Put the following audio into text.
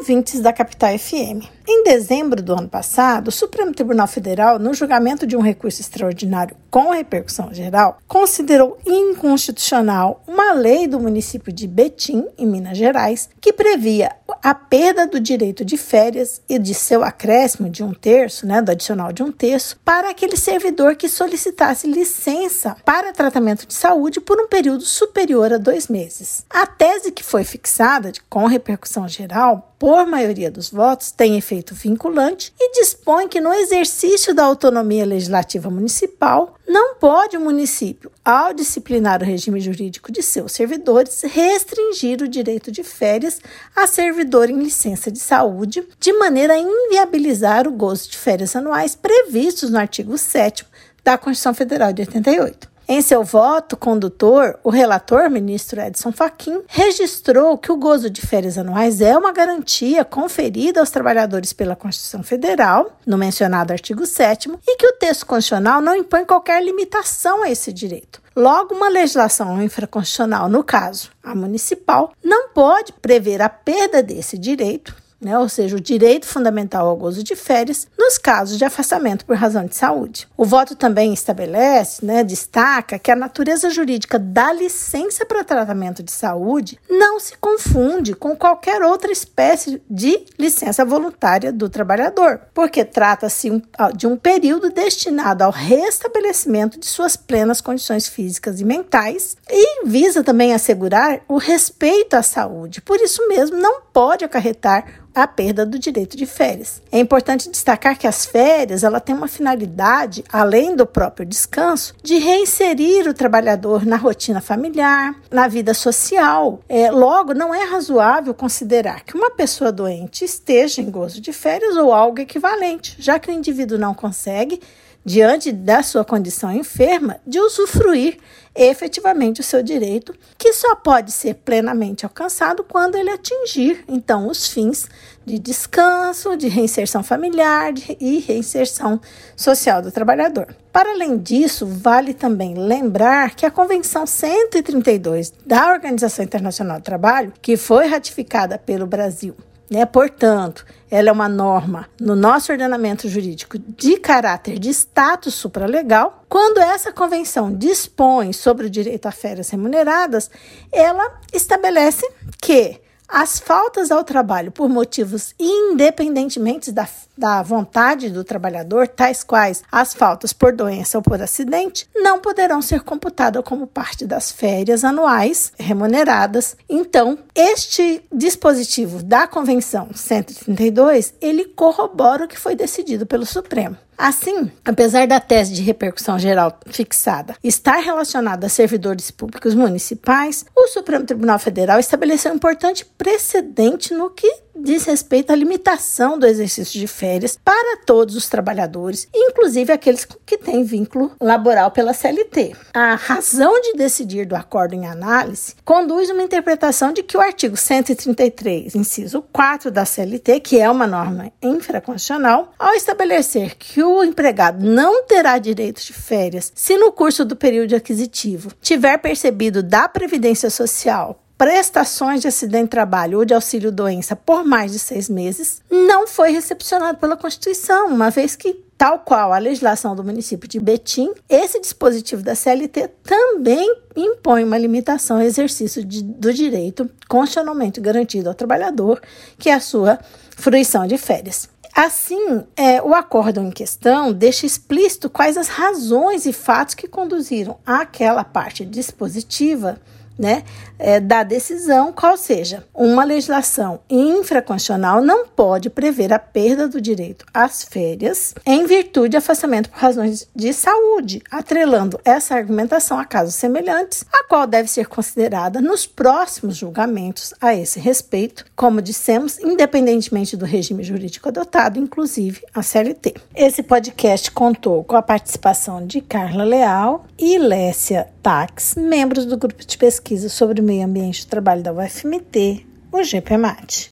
ouvintes da Capital FM. Em dezembro do ano passado, o Supremo Tribunal Federal, no julgamento de um recurso extraordinário com repercussão geral, considerou inconstitucional uma lei do município de Betim, em Minas Gerais, que previa a perda do direito de férias e de seu acréscimo de 1/3, do adicional de 1/3, para aquele servidor que solicitasse licença para tratamento de saúde por um período superior a 2 meses. A tese que foi fixada, com repercussão geral, por maioria dos votos, tem efeito vinculante e dispõe que no exercício da autonomia legislativa municipal, não pode o município, ao disciplinar o regime jurídico de seus servidores, restringir o direito de férias a servidor em licença de saúde, de maneira a inviabilizar o gozo de férias anuais previstos no artigo 7º da Constituição Federal de 88. Em seu voto condutor, o relator, ministro Edson Fachin, registrou que o gozo de férias anuais é uma garantia conferida aos trabalhadores pela Constituição Federal, no mencionado artigo 7º, e que o texto constitucional não impõe qualquer limitação a esse direito. Logo, uma legislação infraconstitucional, no caso, a municipal, não pode prever a perda desse direito, ou seja, o direito fundamental ao gozo de férias, nos casos de afastamento por razão de saúde. O voto também estabelece, destaca que a natureza jurídica da licença para tratamento de saúde não se confunde com qualquer outra espécie de licença voluntária do trabalhador, porque trata-se de um período destinado ao restabelecimento de suas plenas condições físicas e mentais e visa também assegurar o respeito à saúde. Por isso mesmo, não pode acarretar a perda do direito de férias. É importante destacar que as férias têm uma finalidade, além do próprio descanso, de reinserir o trabalhador na rotina familiar, na vida social. Logo, não é razoável considerar que uma pessoa doente esteja em gozo de férias ou algo equivalente, já que o indivíduo não consegue, diante da sua condição enferma, de usufruir efetivamente o seu direito, que só pode ser plenamente alcançado quando ele atingir, então, os fins de descanso, de reinserção familiar e reinserção social do trabalhador. Para além disso, vale também lembrar que a Convenção 132 da Organização Internacional do Trabalho, que foi ratificada pelo Brasil, portanto, ela é uma norma no nosso ordenamento jurídico de caráter de status supralegal. Quando essa convenção dispõe sobre o direito a férias remuneradas, ela estabelece que as faltas ao trabalho por motivos independentemente da vontade do trabalhador, tais quais as faltas por doença ou por acidente, não poderão ser computadas como parte das férias anuais remuneradas. Então, este dispositivo da Convenção 132, ele corrobora o que foi decidido pelo Supremo. Assim, apesar da tese de repercussão geral fixada estar relacionada a servidores públicos municipais, o Supremo Tribunal Federal estabeleceu um importante precedente no que diz respeito à limitação do exercício de férias para todos os trabalhadores, inclusive aqueles que têm vínculo laboral pela CLT. A razão de decidir do acordo em análise conduz uma interpretação de que o artigo 133, inciso 4 da CLT, que é uma norma infraconstitucional, ao estabelecer que o empregado não terá direito de férias se no curso do período aquisitivo tiver percebido da Previdência Social prestações de acidente de trabalho ou de auxílio-doença por mais de 6 meses, não foi recepcionado pela Constituição, uma vez que, tal qual a legislação do município de Betim, esse dispositivo da CLT também impõe uma limitação ao exercício do direito constitucionalmente garantido ao trabalhador, que é a sua fruição de férias. Assim, o acórdão em questão deixa explícito quais as razões e fatos que conduziram àquela parte dispositiva da decisão, qual seja, uma legislação infraconstitucional não pode prever a perda do direito às férias em virtude de afastamento por razões de saúde, atrelando essa argumentação a casos semelhantes, a qual deve ser considerada nos próximos julgamentos a esse respeito, como dissemos, independentemente do regime jurídico adotado, inclusive a CLT. Esse podcast contou com a participação de Carla Leal e Lécia Tax, membros do grupo de pesquisa sobre o meio ambiente e trabalho da UFMT, o GPMAT.